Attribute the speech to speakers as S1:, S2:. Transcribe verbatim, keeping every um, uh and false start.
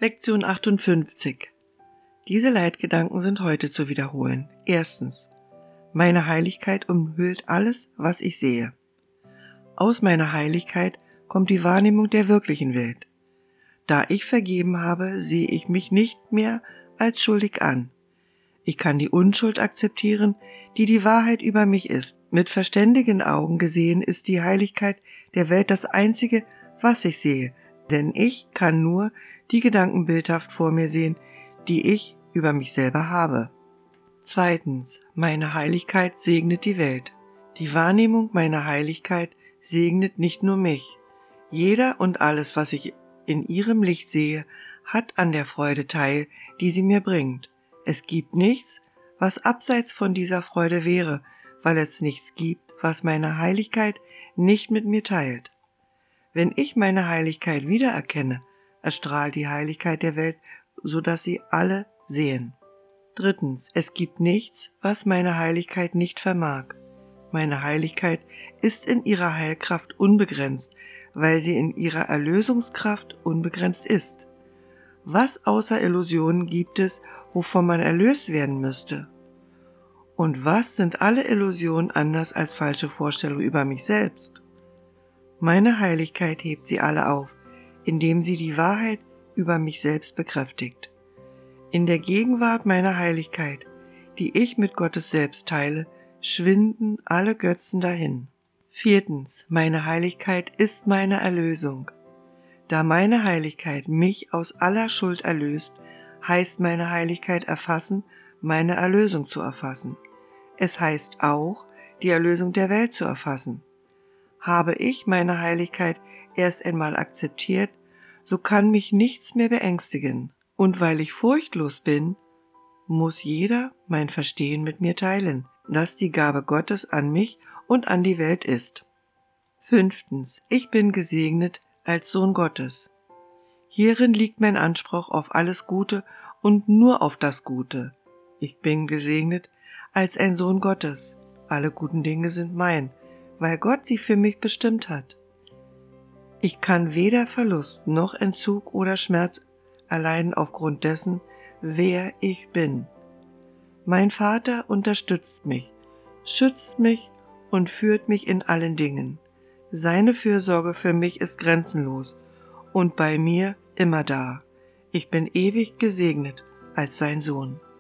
S1: Lektion achtundfünfzig. Diese Leitgedanken sind heute zu wiederholen. Erstens. Meine Heiligkeit umhüllt alles, was ich sehe. Aus meiner Heiligkeit kommt die Wahrnehmung der wirklichen Welt. Da ich vergeben habe, sehe ich mich nicht mehr als schuldig an. Ich kann die Unschuld akzeptieren, die die Wahrheit über mich ist. Mit verständigen Augen gesehen ist die Heiligkeit der Welt das Einzige, was ich sehe, denn ich kann nur die Gedanken bildhaft vor mir sehen, die ich über mich selber habe. Zweitens. Meine Heiligkeit segnet die Welt. Die Wahrnehmung meiner Heiligkeit segnet nicht nur mich. Jeder und alles, was ich in ihrem Licht sehe, hat an der Freude teil, die sie mir bringt. Es gibt nichts, was abseits von dieser Freude wäre, weil es nichts gibt, was meine Heiligkeit nicht mit mir teilt. Wenn ich meine Heiligkeit wiedererkenne, erstrahlt die Heiligkeit der Welt, so dass sie alle sehen. Drittens. Es gibt nichts, was meine Heiligkeit nicht vermag. Meine Heiligkeit ist in ihrer Heilkraft unbegrenzt, weil sie in ihrer Erlösungskraft unbegrenzt ist. Was außer Illusionen gibt es, wovon man erlöst werden müsste? Und was sind alle Illusionen anders als falsche Vorstellungen über mich selbst? Meine Heiligkeit hebt sie alle auf, indem sie die Wahrheit über mich selbst bekräftigt. In der Gegenwart meiner Heiligkeit, die ich mit Gottes Selbst teile, schwinden alle Götzen dahin. Viertens. Meine Heiligkeit ist meine Erlösung. Da meine Heiligkeit mich aus aller Schuld erlöst, heißt meine Heiligkeit erfassen, meine Erlösung zu erfassen. Es heißt auch, die Erlösung der Welt zu erfassen. Habe ich meine Heiligkeit erst einmal akzeptiert, so kann mich nichts mehr beängstigen. Und weil ich furchtlos bin, muss jeder mein Verstehen mit mir teilen, dass die Gabe Gottes an mich und an die Welt ist. Fünftens. Ich bin gesegnet als Sohn Gottes. Hierin liegt mein Anspruch auf alles Gute und nur auf das Gute. Ich bin gesegnet als ein Sohn Gottes. Alle guten Dinge sind mein, weil Gott sie für mich bestimmt hat. Ich kann weder Verlust noch Entzug oder Schmerz erleiden aufgrund dessen, wer ich bin. Mein Vater unterstützt mich, schützt mich und führt mich in allen Dingen. Seine Fürsorge für mich ist grenzenlos und bei mir immer da. Ich bin ewig gesegnet als sein Sohn.